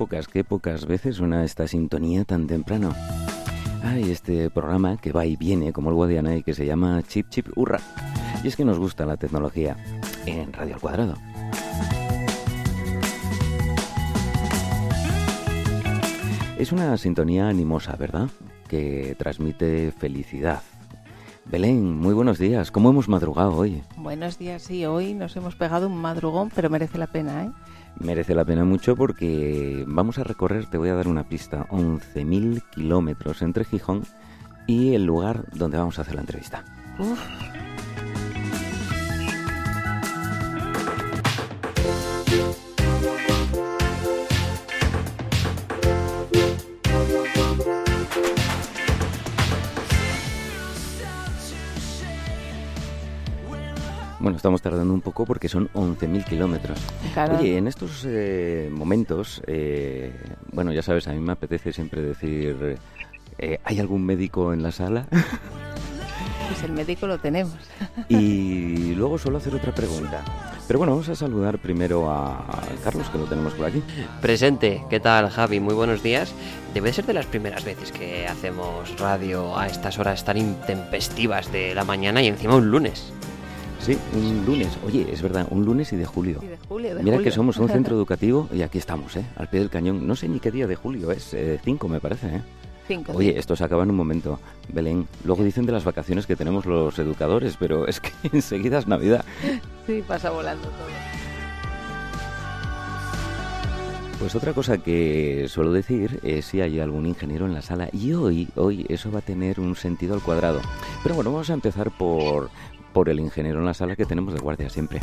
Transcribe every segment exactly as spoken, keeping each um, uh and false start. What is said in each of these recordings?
pocas, qué pocas veces suena esta sintonía tan temprano. Hay este programa que va y viene como el Guadiana y que se llama Chip Chip Hurra. Y es que nos gusta la tecnología en Radio al Cuadrado. Es una sintonía animosa, ¿verdad? Que transmite felicidad. Belén, muy buenos días. ¿Cómo hemos madrugado hoy? Buenos días, sí. Hoy nos hemos pegado un madrugón, pero merece la pena, ¿eh? Merece la pena mucho porque vamos a recorrer, te voy a dar una pista, once mil kilómetros entre Gijón y el lugar donde vamos a hacer la entrevista. Uf. Bueno, estamos tardando un poco porque son once mil kilómetros. Claro. Oye, en estos eh, momentos, eh, bueno, ya sabes, a mí me apetece siempre decir, eh, ¿hay algún médico en la sala? Pues el médico lo tenemos. Y luego suelo hacer otra pregunta. Pero bueno, vamos a saludar primero a Carlos, que lo tenemos por aquí. Presente, ¿qué tal, Javi? Muy buenos días. Debe ser de las primeras veces que hacemos radio a estas horas tan intempestivas de la mañana y encima un lunes. Sí, un lunes. Oye, es verdad, un lunes y de julio. Sí, de julio, de Mira julio. que somos un centro educativo y aquí estamos, ¿eh? Al pie del cañón. No sé ni qué día de julio es, eh, cinco me parece, ¿eh? Cinco. Oye, esto se acaba en un momento, Belén. Luego dicen de las vacaciones que tenemos los educadores, pero es que enseguida es Navidad. Sí, pasa volando todo. Pues otra cosa que suelo decir es si hay algún ingeniero en la sala. Y hoy, hoy eso va a tener un sentido al cuadrado. Pero bueno, vamos a empezar por... por el ingeniero en la sala que tenemos de guardia siempre.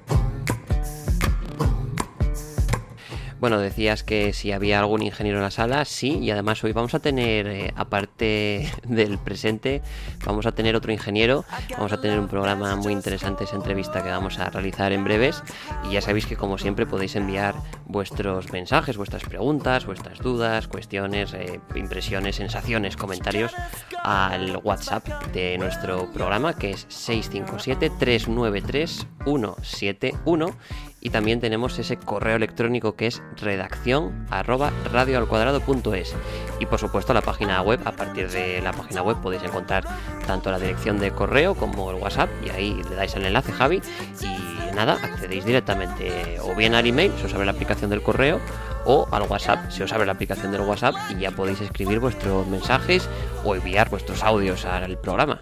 Bueno, decías que si había algún ingeniero en la sala, sí, y además hoy vamos a tener, eh, aparte del presente, vamos a tener otro ingeniero, vamos a tener un programa muy interesante, esa entrevista que vamos a realizar en breves, y ya sabéis que como siempre podéis enviar vuestros mensajes, vuestras preguntas, vuestras dudas, cuestiones, eh, impresiones, sensaciones, comentarios al WhatsApp de nuestro programa, que es seis cinco siete, tres nueve tres, uno siete uno. Y también tenemos ese correo electrónico que es redacción arroba radioalcuadrado.es. Y por supuesto la página web. A partir de la página web podéis encontrar tanto la dirección de correo como el WhatsApp. Y ahí le dais el enlace, Javi. Y nada, accedéis directamente o bien al email, si os abre la aplicación del correo, o al WhatsApp, si os abre la aplicación del WhatsApp. Y ya podéis escribir vuestros mensajes o enviar vuestros audios al programa.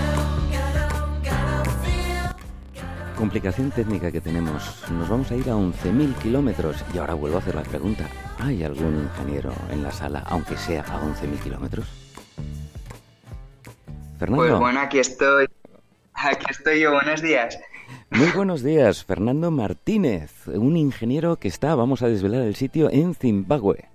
Complicación técnica que tenemos. Nos vamos a ir a once mil kilómetros. Y ahora vuelvo a hacer la pregunta. ¿Hay algún ingeniero en la sala, aunque sea a once mil kilómetros? Fernando. Pues bueno, aquí estoy. Aquí estoy yo. Buenos días. Muy buenos días, Fernando Martínez. Un ingeniero que está, vamos a desvelar el sitio, en Zimbabue.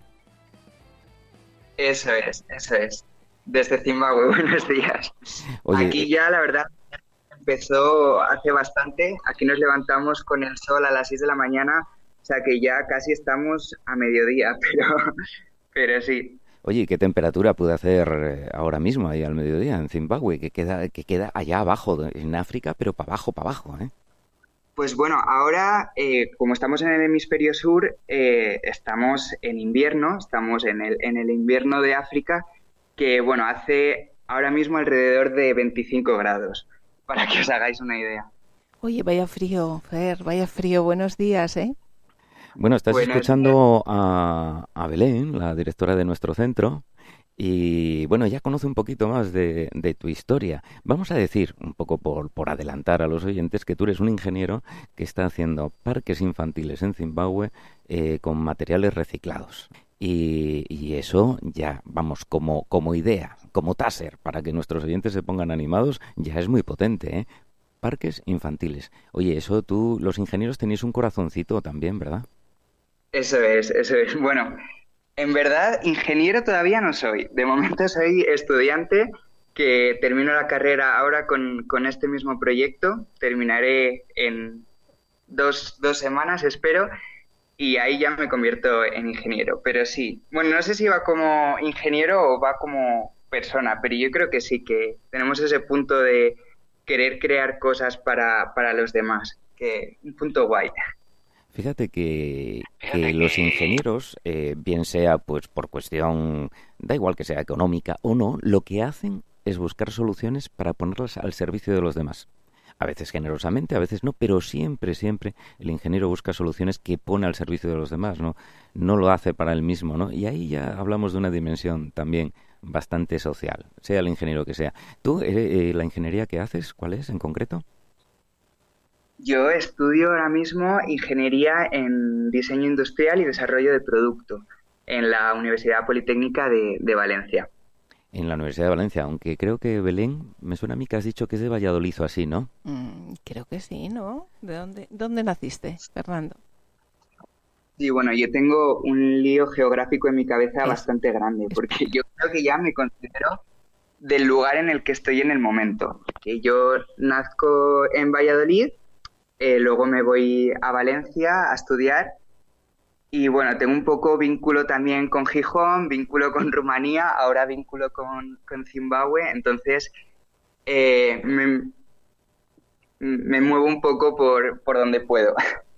Eso es, eso es. Desde Zimbabue, buenos días. Oye, aquí ya, la verdad... empezó hace bastante. Aquí nos levantamos con el sol a las seis de la mañana, o sea que ya casi estamos a mediodía, pero, pero sí. Oye, ¿qué temperatura puede hacer ahora mismo ahí al mediodía en Zimbabue? Que queda, que queda allá abajo, en África, pero para abajo, para abajo, ¿eh? Pues bueno, ahora, eh, como estamos en el hemisferio sur, eh, estamos en invierno, estamos en el, en el invierno de África, que bueno, hace ahora mismo alrededor de veinticinco grados. Para que os hagáis una idea. Oye, vaya frío, Fer, vaya frío. Buenos días, ¿eh? Bueno, estás Buenos escuchando a, a Belén, la directora de nuestro centro, y bueno, ya conoce un poquito más de, de tu historia. Vamos a decir, un poco por, por adelantar a los oyentes, que tú eres un ingeniero que está haciendo parques infantiles en Zimbabue eh, con materiales reciclados. Y, y eso ya, vamos, como, como idea, como taser, para que nuestros oyentes se pongan animados, ya es muy potente, ¿eh? Parques infantiles. Oye, eso tú, los ingenieros tenéis un corazoncito también, ¿verdad? Eso es, eso es. Bueno, en verdad, ingeniero todavía no soy. De momento soy estudiante que termino la carrera ahora con, con este mismo proyecto. Terminaré en dos, dos semanas, espero. Y ahí ya me convierto en ingeniero, pero sí. Bueno, no sé si va como ingeniero o va como persona, pero yo creo que sí, que tenemos ese punto de querer crear cosas para, para los demás, que un punto guay. Fíjate que, que los ingenieros, eh, bien sea pues por cuestión, da igual que sea económica o no, lo que hacen es buscar soluciones para ponerlas al servicio de los demás. A veces generosamente, a veces no, pero siempre, siempre el ingeniero busca soluciones que pone al servicio de los demás, ¿no? No lo hace para él mismo, ¿no? Y ahí ya hablamos de una dimensión también bastante social, sea el ingeniero que sea. ¿Tú, eh, eh, la ingeniería que haces, cuál es en concreto? Yo estudio ahora mismo ingeniería en diseño industrial y desarrollo de producto en la Universidad Politécnica de, de Valencia. En la Universidad de Valencia, aunque creo que Belén, me suena a mí que has dicho que es de Valladolid o así, ¿no? Mm, creo que sí, ¿no? ¿De dónde, dónde naciste, Fernando? Sí, bueno, yo tengo un lío geográfico en mi cabeza Es, bastante grande, porque espera. yo creo que ya me considero del lugar en el que estoy en el momento. Que yo nazco en Valladolid, eh, luego me voy a Valencia a estudiar y bueno, tengo un poco vínculo también con Gijón, vínculo con Rumanía, ahora vínculo con, con Zimbabue, entonces eh, me, me muevo un poco por, por donde puedo.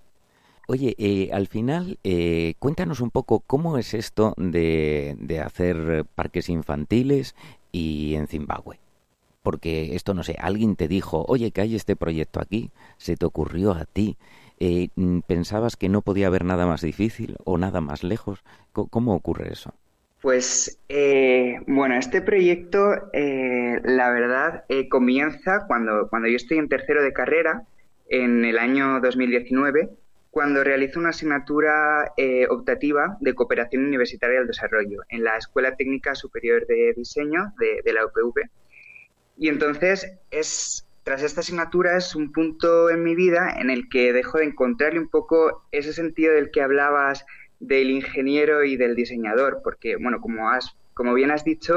Oye, eh, al final, eh, cuéntanos un poco cómo es esto de, de hacer parques infantiles y en Zimbabue. Porque esto, no sé, alguien te dijo, oye, que hay este proyecto aquí, se te ocurrió a ti, eh, mm, pensabas que no podía haber nada más difícil o nada más lejos. Co- ¿Cómo ocurre eso? Pues eh, bueno, este proyecto, eh, la verdad, eh, comienza cuando, cuando yo estoy en tercero de carrera, en el año dos mil diecinueve, cuando realizo una asignatura eh, optativa de cooperación universitaria al desarrollo en la Escuela Técnica Superior de Diseño de, de la U P V. Y entonces, es, tras esta asignatura, es un punto en mi vida en el que dejo de encontrarle un poco ese sentido del que hablabas del ingeniero y del diseñador, porque, bueno, como has, como bien has dicho,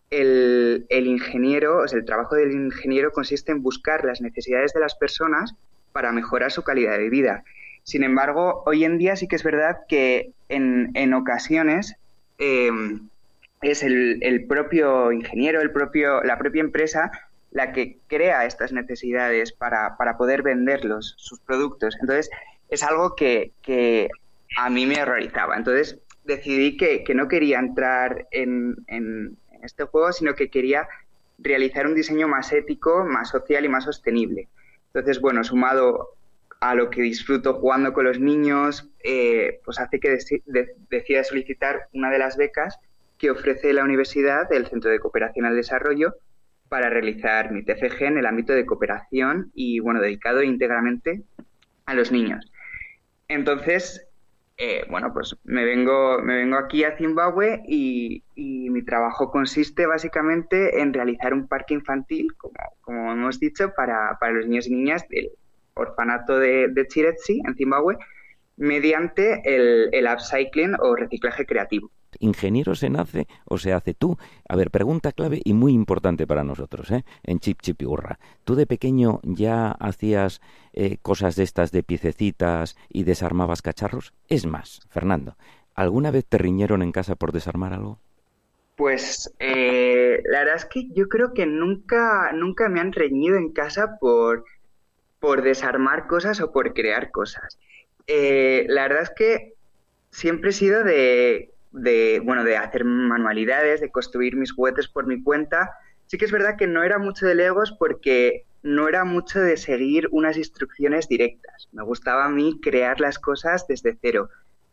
el, el ingeniero, o sea, el trabajo del ingeniero consiste en buscar las necesidades de las personas para mejorar su calidad de vida. Sin embargo, hoy en día sí que es verdad que en, en ocasiones eh, es el, el propio ingeniero, el propio, la propia empresa la que crea estas necesidades para, para poder venderlos, sus productos. Entonces, es algo que, que a mí me horrorizaba. Entonces, decidí que, que no quería entrar en, en este juego, sino que quería realizar un diseño más ético, más social y más sostenible. Entonces, bueno, sumado a lo que disfruto jugando con los niños, eh, pues hace que deci- de- decida solicitar una de las becas que ofrece la universidad, el Centro de Cooperación al Desarrollo, para realizar mi T F G en el ámbito de cooperación y, bueno, dedicado íntegramente a los niños. Entonces, eh, bueno, pues me vengo, me vengo aquí a Zimbabue y, y mi trabajo consiste básicamente en realizar un parque infantil, como, como hemos dicho, para, para los niños y niñas del orfanato de, de Chiretsi, en Zimbabue, mediante el, el upcycling o reciclaje creativo. ¿Ingeniero se nace o se hace tú? A ver, pregunta clave y muy importante para nosotros, ¿eh? En Chip Chip y Hurra. ¿Tú de pequeño ya hacías eh, cosas de estas de piececitas y desarmabas cacharros? Es más, Fernando, ¿alguna vez te riñeron en casa por desarmar algo? Pues eh, la verdad es que yo creo que nunca, nunca me han reñido en casa por, por desarmar cosas o por crear cosas. Eh, la verdad es que siempre he sido de, de, bueno, de hacer manualidades, de construir mis juguetes por mi cuenta. Sí que es verdad que no era mucho de Legos porque no era mucho de seguir unas instrucciones directas. Me gustaba a mí crear las cosas desde cero.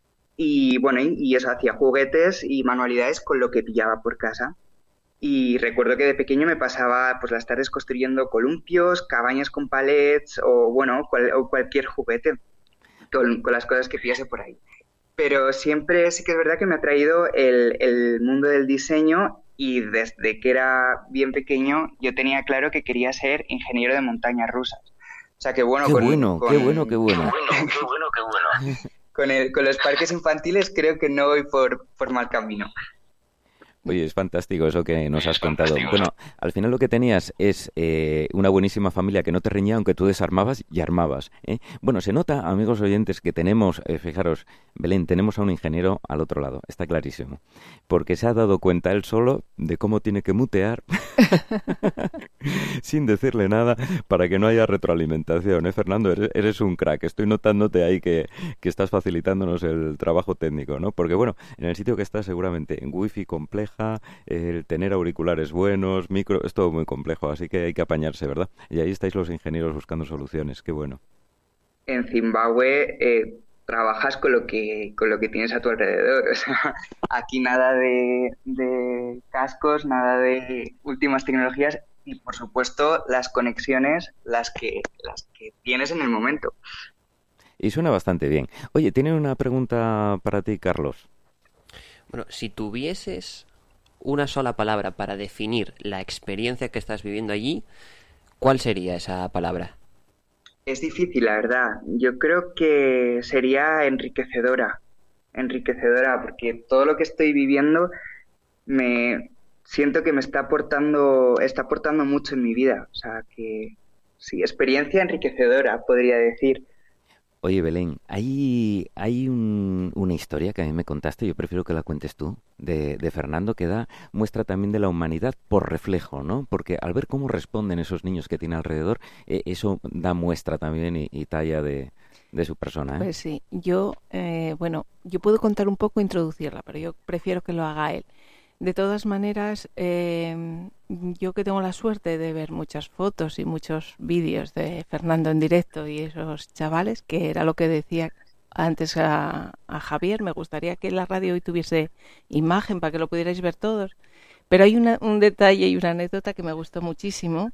Y bueno, y, y eso, hacía juguetes y manualidades con lo que pillaba por casa. Y recuerdo que de pequeño me pasaba pues las tardes construyendo columpios, cabañas con palets o bueno, cual, o cualquier juguete con, con las cosas que pillase por ahí. Pero siempre sí que es verdad que me ha traído el, el mundo del diseño y desde que era bien pequeño yo tenía claro que quería ser ingeniero de montañas rusas. O sea que bueno, ¡Qué con, bueno, qué bueno, qué con, bueno! con, el, con los parques infantiles creo que no voy por, por mal camino. Oye, es fantástico eso que nos has contado. Bueno, al final lo que tenías es eh, una buenísima familia que no te reñía aunque tú desarmabas y armabas, ¿eh? Bueno, se nota, amigos oyentes, que tenemos, eh, fijaros, Belén, tenemos a un ingeniero al otro lado, está clarísimo, porque se ha dado cuenta él solo de cómo tiene que mutear sin decirle nada para que no haya retroalimentación, ¿eh, Fernando? Eres, eres un crack, estoy notándote ahí que, que estás facilitándonos el trabajo técnico, ¿no? Porque, bueno, en el sitio que estás seguramente en wifi compleja, el tener auriculares buenos, micro, es todo muy complejo, así que hay que apañarse, ¿verdad? Y ahí estáis los ingenieros buscando soluciones, qué bueno. En Zimbabue eh, trabajas con lo que con lo que tienes a tu alrededor, o sea, aquí nada de, de cascos, nada de últimas tecnologías y, por supuesto, las conexiones, las que las que tienes en el momento. Y suena bastante bien. Oye, tiene una pregunta para ti, Carlos. Bueno, si tuvieses una sola palabra para definir la experiencia que estás viviendo allí, ¿cuál sería esa palabra? Es difícil, la verdad. Yo creo que sería enriquecedora, enriquecedora, porque todo lo que estoy viviendo me siento que me está aportando, está aportando mucho en mi vida. O sea, que sí, experiencia enriquecedora, podría decir. Oye, Belén, hay, hay un- una historia que a mí me contaste, yo prefiero que la cuentes tú, de, de Fernando, que da muestra también de la humanidad por reflejo, ¿no? Porque al ver cómo responden esos niños que tiene alrededor, eh, eso da muestra también y, y talla de, de su persona, ¿eh? Pues sí, yo, eh, bueno, yo puedo contar un poco e introducirla, pero yo prefiero que lo haga él. De todas maneras, eh, yo que tengo la suerte de ver muchas fotos y muchos vídeos de Fernando en directo y esos chavales, que era lo que decía antes a, a Javier, me gustaría que la radio hoy tuviese imagen para que lo pudierais ver todos. Pero hay una- un detalle y una anécdota que me gustó muchísimo,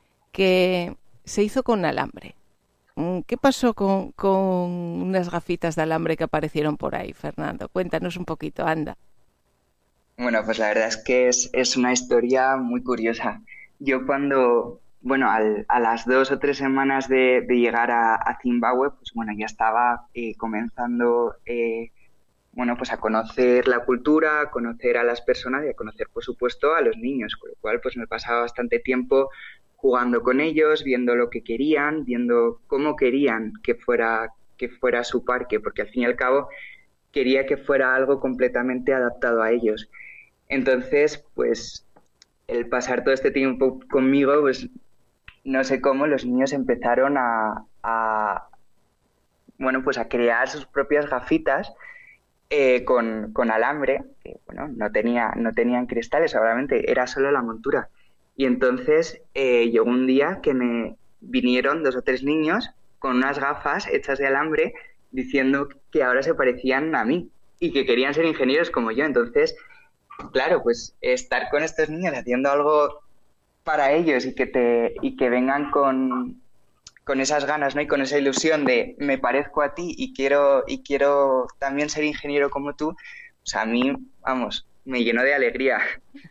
que se hizo con alambre. Mm, ¿Qué pasó con, con unas gafitas de alambre que aparecieron por ahí, Fernando? Cuéntanos un poquito, anda. Bueno, pues la verdad es que es, es una historia muy curiosa. Yo cuando, bueno, al- a las dos o tres semanas de, de llegar a, a Zimbabue, pues bueno, ya estaba eh, comenzando, eh, bueno, pues a conocer la cultura, a conocer a las personas y a conocer, por supuesto, a los niños, con lo cual pues me pasaba bastante tiempo jugando con ellos, viendo lo que querían, viendo cómo querían que fuera, que fuera su parque, porque al fin y al cabo quería que fuera algo completamente adaptado a ellos. Entonces, pues el pasar todo este tiempo conmigo, pues no sé cómo los niños empezaron a, a, bueno, pues a crear sus propias gafitas eh, con, con alambre, que bueno, no tenía, no tenían cristales, obviamente, era solo la montura. Y entonces eh, llegó un día que me vinieron dos o tres niños con unas gafas hechas de alambre diciendo que ahora se parecían a mí y que querían ser ingenieros como yo. Entonces, claro, pues estar con estos niños haciendo algo para ellos y que te y que vengan con, con esas ganas, ¿no? Y con esa ilusión de me parezco a ti y quiero y quiero también ser ingeniero como tú, o sea, a mí, vamos, me llenó de alegría.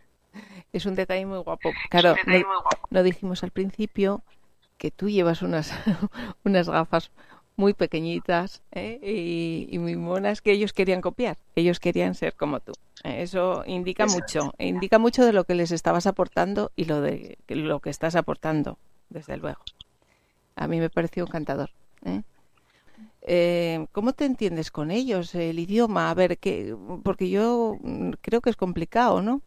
Es un detalle muy guapo. Claro, no, no dijimos al principio que tú llevas unas, unas gafas muy pequeñitas, ¿eh? y, y muy monas que ellos querían copiar. Ellos querían ser como tú. Eh, Eso indica Exacto. mucho. Indica mucho de lo que les estabas aportando y lo de lo que estás aportando, desde luego. A mí me pareció encantador. ¿eh? Eh, ¿Cómo te entiendes con ellos? El idioma, a ver, que, porque yo mm, creo que es complicado, ¿no?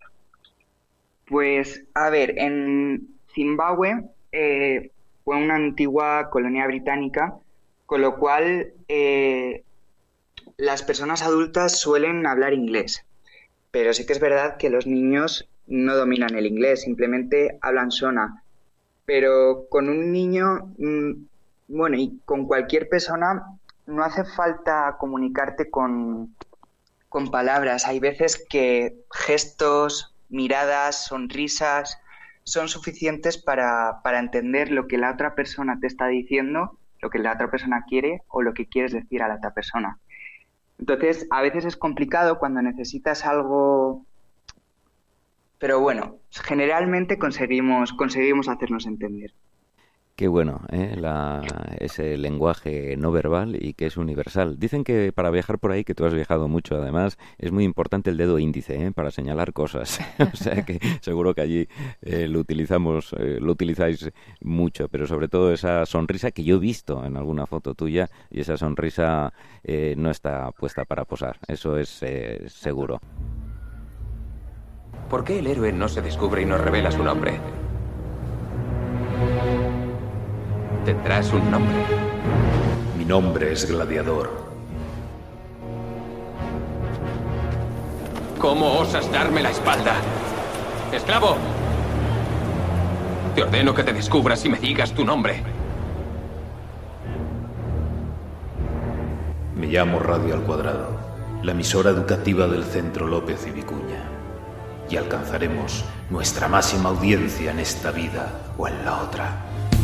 Pues, a ver, en Zimbabue eh, fue una antigua colonia británica, con lo cual eh, las personas adultas suelen hablar inglés, pero sí que es verdad que los niños no dominan el inglés, simplemente hablan sona. Pero con un niño, mm, bueno, y con cualquier persona, no hace falta comunicarte con, con palabras. Hay veces que gestos, miradas, sonrisas son suficientes para, para entender lo que la otra persona te está diciendo, lo que la otra persona quiere o lo que quieres decir a la otra persona. Entonces, a veces es complicado cuando necesitas algo, pero bueno, generalmente conseguimos, conseguimos hacernos entender. Qué bueno, ¿eh? La, ese lenguaje no verbal y que es universal. Dicen que para viajar por ahí, que tú has viajado mucho además, es muy importante el dedo índice, ¿eh? Para señalar cosas. O sea que seguro que allí eh, lo utilizamos, eh, lo utilizáis mucho, pero sobre todo esa sonrisa que yo he visto en alguna foto tuya, y esa sonrisa eh, no está puesta para posar, eso es eh, seguro. ¿Por qué el héroe no se descubre y nos revela su nombre? Tendrás un nombre. Mi nombre es Gladiador. ¿Cómo osas darme la espalda? ¡Esclavo! Te ordeno que te descubras y me digas tu nombre. Me llamo Radio al Cuadrado, la emisora educativa del Centro López y Vicuña. Y alcanzaremos nuestra máxima audiencia en esta vida o en la otra.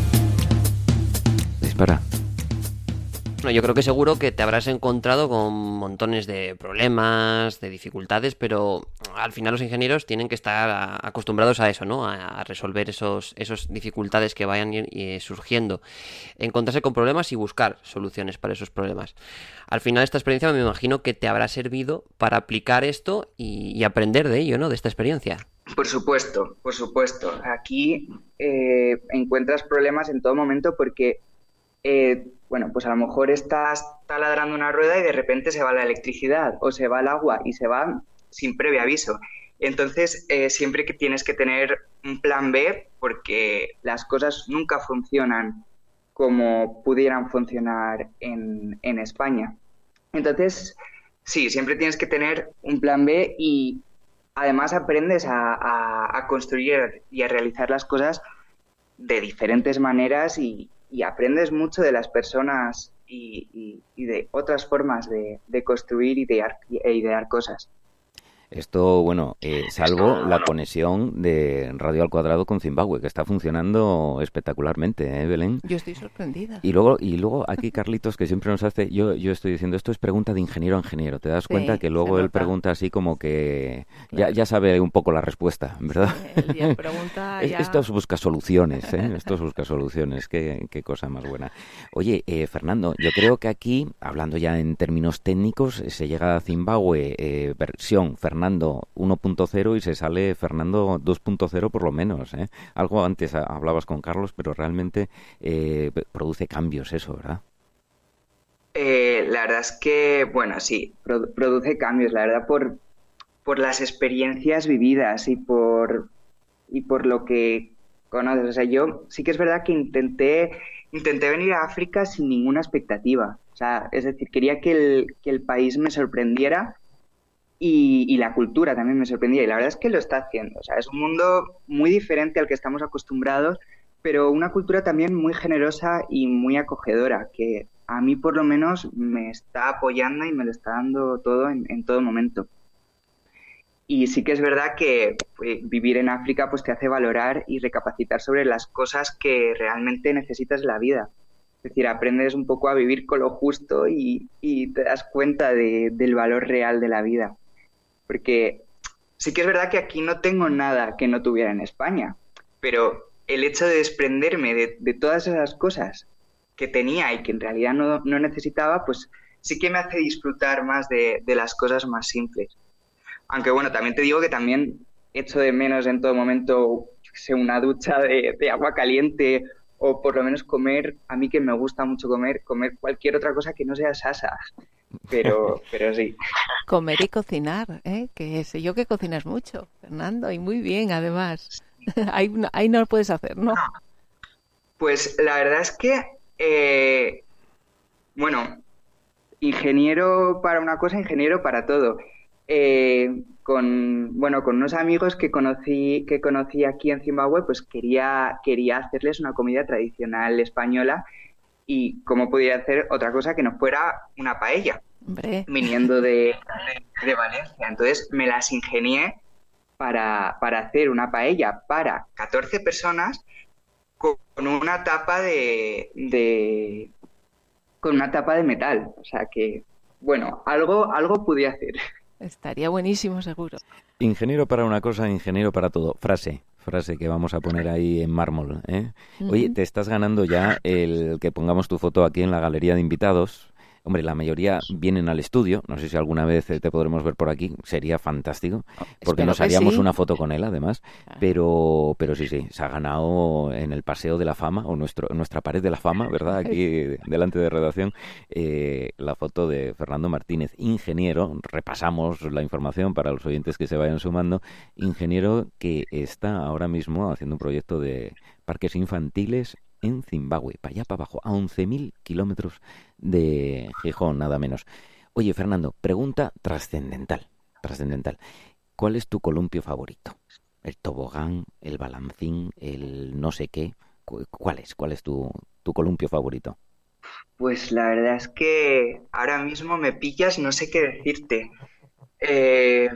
Dispara. Bueno, yo creo que seguro que te habrás encontrado con montones de problemas, de dificultades, pero al final los ingenieros tienen que estar acostumbrados a eso, ¿no? A resolver esos, esos dificultades que vayan surgiendo, encontrarse con problemas y buscar soluciones para esos problemas. Al final esta experiencia me imagino que te habrá servido para aplicar esto y, y aprender de ello, ¿no? De esta experiencia. Por supuesto, por supuesto. Aquí eh, encuentras problemas en todo momento porque Eh, bueno, pues a lo mejor estás taladrando una rueda y de repente se va la electricidad o se va el agua y se va sin previo aviso. Entonces, eh, siempre que tienes que tener un plan B porque las cosas nunca funcionan como pudieran funcionar en, en España. Entonces, sí, siempre tienes que tener un plan B y además aprendes a, a, a construir y a realizar las cosas de diferentes maneras y y aprendes mucho de las personas y, y, y de otras formas de, de construir y de idear, e idear cosas. Esto, bueno, eh, salvo la conexión de Radio al Cuadrado con Zimbabue, que está funcionando espectacularmente, ¿eh, Belén? Yo estoy sorprendida. Y luego, y luego aquí Carlitos, que siempre nos hace, yo, yo estoy diciendo, esto es pregunta de ingeniero a ingeniero, ¿te das Sí, cuenta? Que luego él pregunta así como que Claro. ya, ya sabe un poco la respuesta, ¿verdad? Él ya pregunta, ya- Esto busca soluciones, ¿eh? Esto busca soluciones, qué, qué cosa más buena. Oye, eh, Fernando, yo creo que aquí, hablando ya en términos técnicos, eh, se llega a Zimbabue eh, versión Fernando uno punto cero y se sale Fernando dos punto cero por lo menos, ¿eh? Algo antes a- hablabas con Carlos, pero realmente eh, p- produce cambios eso, ¿verdad? Eh, la verdad es que, bueno, sí, produ- produce cambios, la verdad, por, por las experiencias vividas y por, y por lo que conoces. O sea, yo sí que es verdad que intenté, intenté venir a África sin ninguna expectativa. O sea, es decir, quería que el, que el país me sorprendiera y, y la cultura también me sorprendía. Y la verdad es que lo está haciendo. O sea, es un mundo muy diferente al que estamos acostumbrados, pero una cultura también muy generosa y muy acogedora, que a mí por lo menos me está apoyando y me lo está dando todo en, en todo momento. Y sí que es verdad que pues, vivir en África pues te hace valorar y recapacitar sobre las cosas que realmente necesitas en la vida. Es decir, aprendes un poco a vivir con lo justo y, y te das cuenta de, del valor real de la vida. Porque sí que es verdad que aquí no tengo nada que no tuviera en España, pero el hecho de desprenderme de, de todas esas cosas que tenía y que en realidad no, no necesitaba, pues sí que me hace disfrutar más de, de las cosas más simples. Aunque bueno, también te digo que también echo de menos en todo momento, yo qué sé, una ducha de, de agua caliente o por lo menos comer, a mí que me gusta mucho comer, comer cualquier otra cosa que no sea sasa. Pero, pero sí. Comer y cocinar, ¿eh? Que sé yo que cocinas mucho, Fernando, y muy bien, además. ahí, no- ahí no lo puedes hacer, ¿no? Pues la verdad es que, eh, bueno, ingeniero para una cosa, ingeniero para todo. Eh, con, bueno, con unos amigos que conocí, que conocí aquí en Zimbabue, pues quería, quería hacerles una comida tradicional española y cómo podía hacer otra cosa que no fuera una paella, Hombre, viniendo de, de, de Valencia. Entonces me las ingenié para, para hacer una paella para catorce personas con una tapa de, de con una tapa de metal. O sea que, bueno, algo, algo pude hacer. estaría buenísimo seguro. Ingeniero para una cosa, ingeniero para todo. Frase, frase que vamos a poner ahí en mármol, ¿eh? Ujú. Oye, te estás ganando ya el que pongamos tu foto aquí en la galería de invitados. Hombre, la mayoría vienen al estudio. No sé si alguna vez eh, te podremos ver por aquí. Sería fantástico, porque Espero nos que haríamos sí. una foto con él, además. Pero, pero sí, sí, se ha ganado en el Paseo de la Fama, o nuestro, nuestra pared de la fama, ¿verdad? Aquí delante de redacción, eh, la foto de Fernando Martínez, ingeniero. Repasamos la información para los oyentes que se vayan sumando. Ingeniero que está ahora mismo haciendo un proyecto de parques infantiles en Zimbabue, para allá para abajo, a once mil kilómetros de Gijón, nada menos. Oye, Fernando, pregunta trascendental, trascendental. ¿Cuál es tu columpio favorito? ¿El tobogán, el balancín, el no sé qué? Cu- ¿Cuál es? ¿Cuál es tu, tu columpio favorito? Pues la verdad es que ahora mismo me pillas, no sé qué decirte. Eh,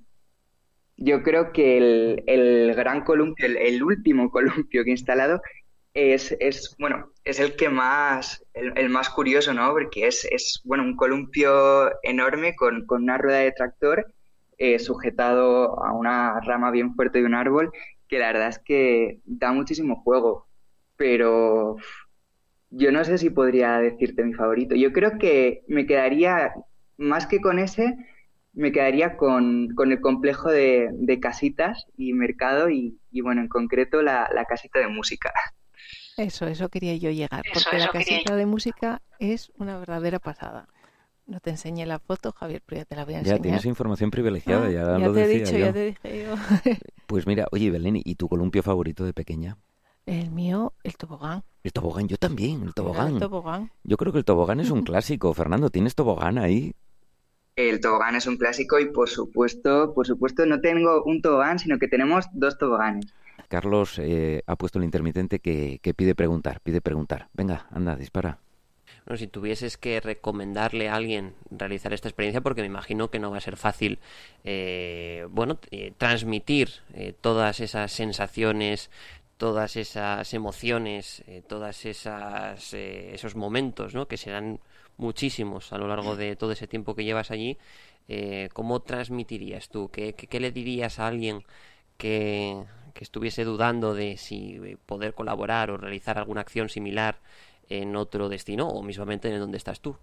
yo creo que el, el gran columpio, el, el último columpio que he instalado es, es, bueno, es el que más, el, el más curioso, ¿no? Porque es, es, bueno, un columpio enorme con, con una rueda de tractor eh, sujetado a una rama bien fuerte de un árbol, que la verdad es que da muchísimo juego, pero uf, yo no sé si podría decirte mi favorito. Yo creo que me quedaría, más que con ese, me quedaría con, con el complejo de, de casitas y mercado y, y, bueno, en concreto la, la casita de música. Eso, eso quería yo llegar, Eso, porque la eso quería casita de música es una verdadera pasada. No te enseñé la foto, Javier, pero ya te la voy a Ya enseñar. tienes información privilegiada, Ah, ya, ya lo te he decía dicho, yo. ya te dije yo. Pues mira, oye, Belén, ¿y tu columpio favorito de pequeña? El mío, el tobogán. El tobogán, yo también, el tobogán. El tobogán. Yo creo que el tobogán es un clásico. Fernando, ¿tienes tobogán ahí? El tobogán es un clásico y por supuesto, por supuesto no tengo un tobogán, sino que tenemos dos toboganes. Carlos eh, ha puesto el intermitente que, que pide preguntar, pide preguntar. Venga, anda, dispara. Bueno, si tuvieses que recomendarle a alguien realizar esta experiencia, porque me imagino que no va a ser fácil, eh, bueno, eh, transmitir eh, todas esas sensaciones, todas esas emociones, eh, todas esas eh, esos momentos, ¿no? Que serán muchísimos a lo largo de todo ese tiempo que llevas allí. Eh, ¿cómo transmitirías tú? ¿Qué, qué, qué le dirías a alguien que, que estuviese dudando de si poder colaborar o realizar alguna acción similar en otro destino o mismamente en donde estás tú?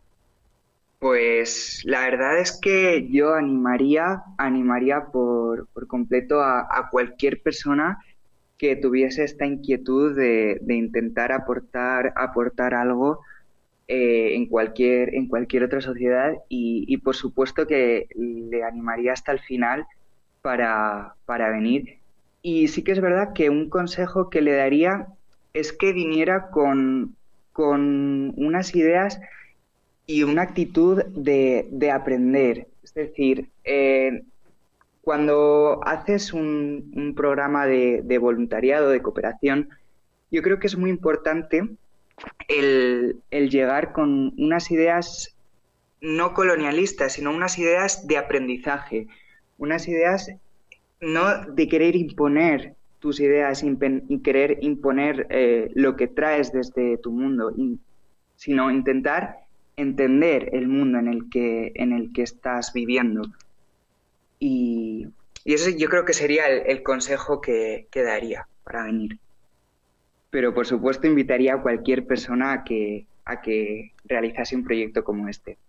Pues la verdad es que yo animaría, animaría por, por completo a, a cualquier persona que tuviese esta inquietud de, de intentar aportar, aportar algo eh, en cualquier, en cualquier otra sociedad y, y por supuesto que le animaría hasta el final para, para venir. Y sí que es verdad que un consejo que le daría es que viniera con, con unas ideas y una actitud de, de aprender. Es decir, eh, cuando haces un, un programa de, de voluntariado, de cooperación, yo creo que es muy importante el, el llegar con unas ideas no colonialistas, sino unas ideas de aprendizaje, unas ideas no de querer imponer tus ideas impen- y querer imponer eh, lo que traes desde tu mundo, in- sino intentar entender el mundo en el que, en el que estás viviendo. Y, y ese yo creo que sería el, el consejo que, que daría para venir. Pero por supuesto invitaría a cualquier persona a que, a que realizase un proyecto como este.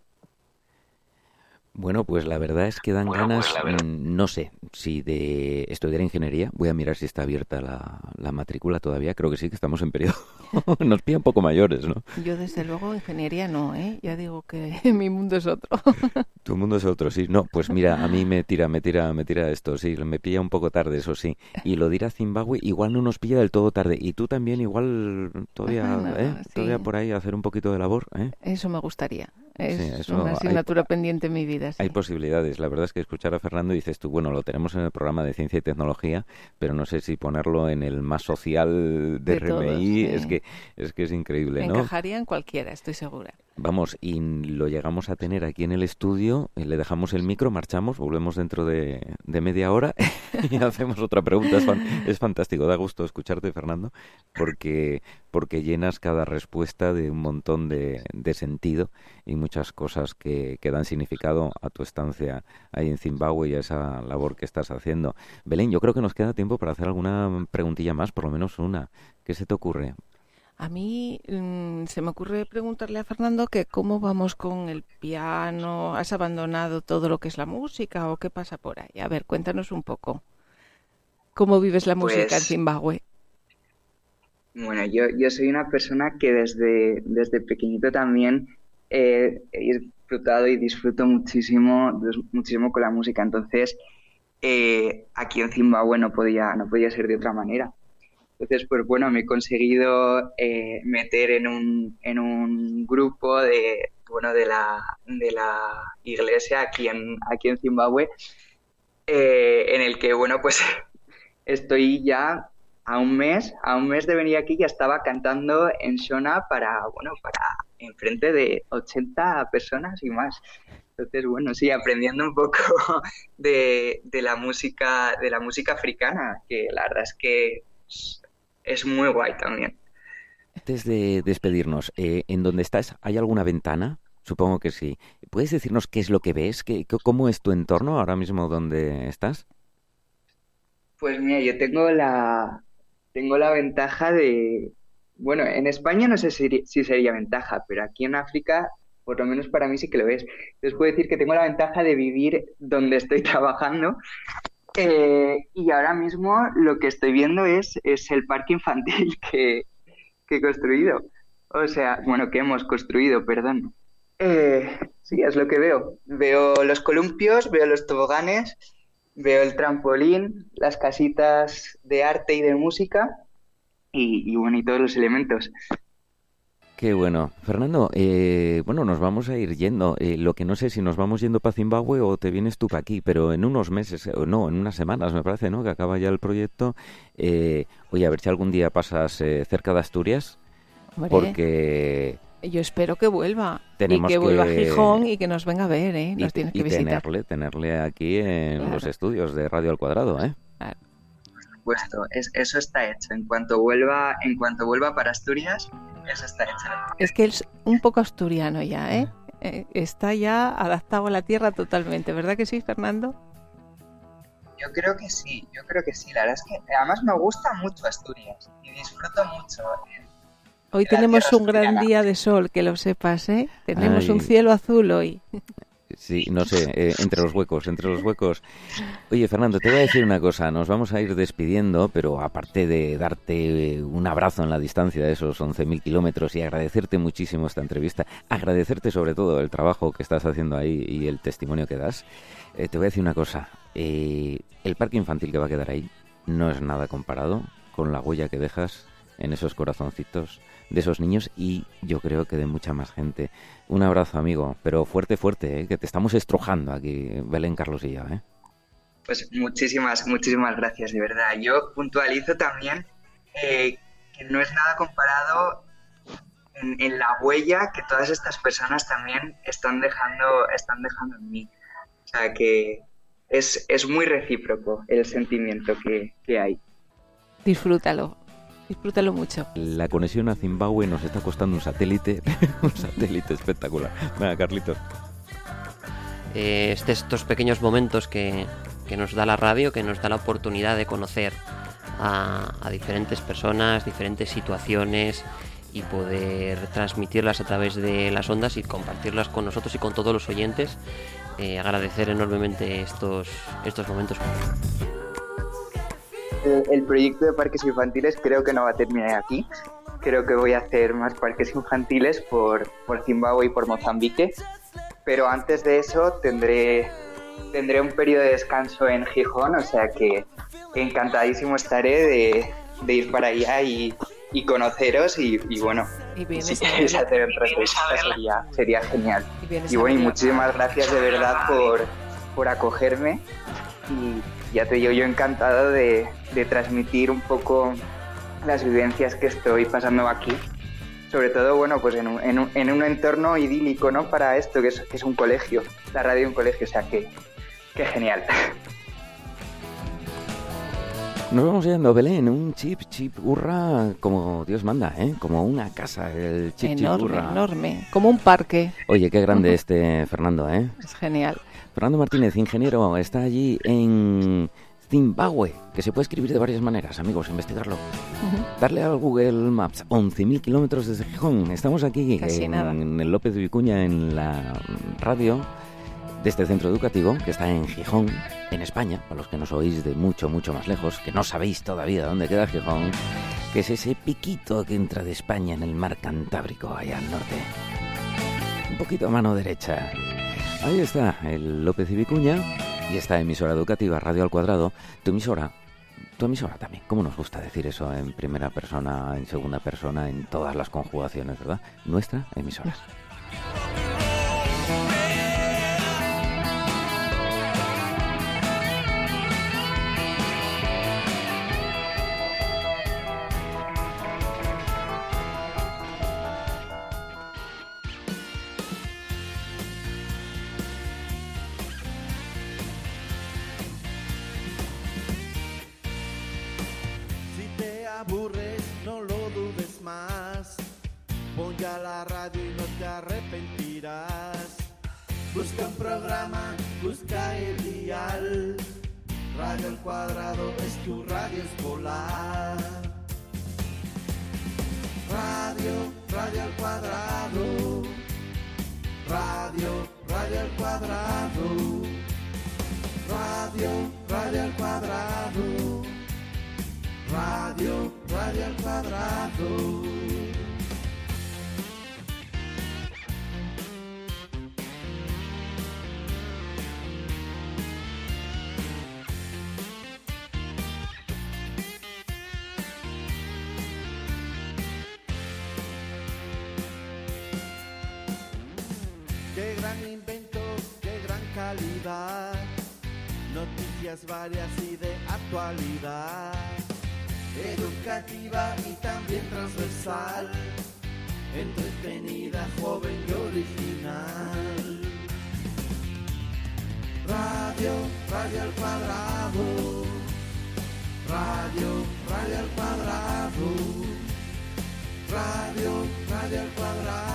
Bueno, pues la verdad es que dan Bueno, ganas, pues la verdad- mm, no sé, si de estudiar ingeniería. Voy a mirar si está abierta la, la matrícula todavía. Creo que sí, que estamos en periodo. Nos pilla un poco mayores, ¿no? Yo desde luego ingeniería no, ¿eh? Ya digo que mi mundo es otro. Tu mundo es otro, sí. No, pues mira, a mí me tira, me tira, me tira esto, sí. Me pilla un poco tarde, eso sí. Y lo de ir a Zimbabue igual no nos pilla del todo tarde. Y tú también igual todavía, Ajá, ¿eh? sí. Todavía por ahí hacer un poquito de labor, ¿eh? Eso me gustaría. Es Sí, eso una hay- asignatura pendiente en mi vida. Sí. Hay posibilidades. La verdad es que escuchar a Fernando dices tú, bueno, lo tenemos en el programa de ciencia y tecnología, pero no sé si ponerlo en el más social de, De R M I todos, sí. es que es que es increíble, ¿no? Encajaría en cualquiera, estoy segura. Vamos, y lo llegamos a tener aquí en el estudio, le dejamos el micro, marchamos, volvemos dentro de, de media hora y hacemos otra pregunta. Es, fan, es fantástico, da gusto escucharte, Fernando, porque, porque llenas cada respuesta de un montón de, de sentido y muchas cosas que, que dan significado a tu estancia ahí en Zimbabue y a esa labor que estás haciendo. Belén, yo creo que nos queda tiempo para hacer alguna preguntilla más, por lo menos una. ¿Qué se te ocurre? A mí mmm, se me ocurre preguntarle a Fernando que cómo vamos con el piano, ¿has abandonado todo lo que es la música o qué pasa por ahí? A ver, cuéntanos un poco. ¿Cómo vives la música pues, en Zimbabue? Bueno, yo, yo soy una persona que desde, desde pequeñito también eh, he disfrutado y disfruto muchísimo, muchísimo con la música. Entonces, eh, aquí en Zimbabue no podía, no podía ser de otra manera. Entonces, pues bueno, me he conseguido eh, meter en un, en un grupo de, bueno, de la, de la iglesia aquí en, aquí en Zimbabue, eh, en el que, bueno, pues estoy ya a un mes, a un mes de venir aquí, ya estaba cantando en Shona para, bueno, para enfrente de ochenta personas y más. Entonces, bueno, sí, aprendiendo un poco de, de la música, de la música africana, que la verdad es que es muy guay también. Antes de despedirnos, eh, ¿en dónde estás hay alguna ventana? Supongo que sí. ¿Puedes decirnos qué es lo que ves? ¿Qué, ¿Cómo es tu entorno ahora mismo donde estás? Pues mira, yo tengo la, tengo la ventaja de... Bueno, en España no sé si, si sería ventaja, pero aquí en África, por lo menos para mí sí que lo es. Entonces puedo decir que tengo la ventaja de vivir donde estoy trabajando. Eh, y ahora mismo lo que estoy viendo es, es el parque infantil que, que he construido. O sea, bueno, que hemos construido, perdón. Eh, sí, es lo que veo. Veo los columpios, veo los toboganes, veo el trampolín, las casitas de arte y de música y, y bueno, y todos los elementos. Qué bueno. Fernando, eh, bueno, nos vamos a ir yendo. Eh, lo que no sé si nos vamos yendo para Zimbabue o te vienes tú para aquí, pero en unos meses, o no, en unas semanas me parece, ¿no? Que acaba ya el proyecto. Eh, oye, a ver si algún día pasas eh, cerca de Asturias, Hombre, porque... Yo espero que vuelva. Tenemos y que vuelva que... a Gijón y que nos venga a ver, ¿eh? Nos y, tienes que y visitar. tenerle, tenerle aquí en Claro. los estudios de Radio al Cuadrado, ¿eh? Claro. Puesto, es, eso está hecho. En cuanto vuelva, en cuanto vuelva para Asturias, eso está hecho. Es que es un poco asturiano ya, ¿eh? Eh, está ya adaptado a la tierra totalmente, ¿verdad que sí, Fernando? Yo creo que sí, yo creo que sí. La verdad es que además me gusta mucho Asturias y disfruto mucho. Hoy la tenemos tierra un gran asturiana. día de sol, que lo sepas, ¿eh? Tenemos Ay. un cielo azul hoy. Sí, no sé, eh, entre los huecos, entre los huecos. Oye, Fernando, te voy a decir una cosa, nos vamos a ir despidiendo, pero aparte de darte un abrazo en la distancia de esos once mil kilómetros y agradecerte muchísimo esta entrevista, agradecerte sobre todo el trabajo que estás haciendo ahí y el testimonio que das, eh, te voy a decir una cosa, eh, el parque infantil que va a quedar ahí no es nada comparado con la huella que dejas en esos corazoncitos de esos niños y yo creo que de mucha más gente. Un abrazo, amigo, pero fuerte, fuerte, ¿eh? Que te estamos estrujando aquí, Belén, Carlos y yo, ¿eh? Pues muchísimas, muchísimas gracias, de verdad. Yo puntualizo también eh, que no es nada comparado en, en la huella que todas estas personas también están dejando, están dejando en mí. O sea que es, es muy recíproco el sentimiento que, que hay. Disfrútalo, disfrútalo mucho. La conexión a Zimbabue nos está costando un satélite, un satélite espectacular. Venga, Carlitos. Eh, este, estos pequeños momentos que, que nos da la radio, que nos da la oportunidad de conocer a, a diferentes personas, diferentes situaciones y poder transmitirlas a través de las ondas y compartirlas con nosotros y con todos los oyentes. Eh, agradecer enormemente estos, estos momentos. El, el proyecto de parques infantiles creo que no va a terminar aquí. Creo que voy a hacer más parques infantiles por, por Zimbabue y por Mozambique. Pero antes de eso tendré, tendré un periodo de descanso en Gijón, o sea que encantadísimo estaré de, de ir para allá y, y conoceros y, y bueno, Y si queréis hacer otra cosa sería, sería genial. Y, y bueno, y muchísimas gracias de verdad por, por acogerme y ya te digo, yo encantado de, de transmitir un poco las vivencias que estoy pasando aquí sobre todo, bueno, pues en un, en un, en un entorno idílico, ¿no? Para esto, que es, que es un colegio, la radio un colegio, o sea, que, que genial. Nos vamos yendo, Belén, un chip, chip, hurra, como Dios manda, ¿eh? Como una casa, el chip, enorme, chip, hurra. enorme, como un parque. Oye, qué grande este Fernando, ¿eh? Es genial. Fernando Martínez, ingeniero, está allí en Zimbabue, que se puede escribir de varias maneras, amigos, investigarlo. Uh-huh. Darle al Google Maps, once mil kilómetros desde Gijón. Estamos aquí Casi en, nada. en el López de Vicuña, en la radio de este centro educativo, que está en Gijón, en España, para los que nos oís de mucho, mucho más lejos, que no sabéis todavía dónde queda Gijón, que es ese piquito que entra de España en el mar Cantábrico, allá al norte. Un poquito a mano derecha. Ahí está el López y Vicuña y esta emisora educativa, Radio al Cuadrado, tu emisora, tu emisora también. ¿Cómo nos gusta decir eso en primera persona, en segunda persona, en todas las conjugaciones, verdad? Nuestra emisora. Aburres, no lo dudes más. Pon ya la radio y no te arrepentirás. Busca un programa, busca el dial. Radio al Cuadrado es tu radio escolar. Radio, radio al cuadrado. Radio, radio al cuadrado. Radio, radio al cuadrado. Radio, radio al cuadrado. Qué gran invento, qué gran calidad. Noticias varias y de actualidad. Educativa y también transversal, entretenida, joven y original. Radio, radio al cuadrado. Radio, radio al cuadrado. Radio, radio al cuadrado.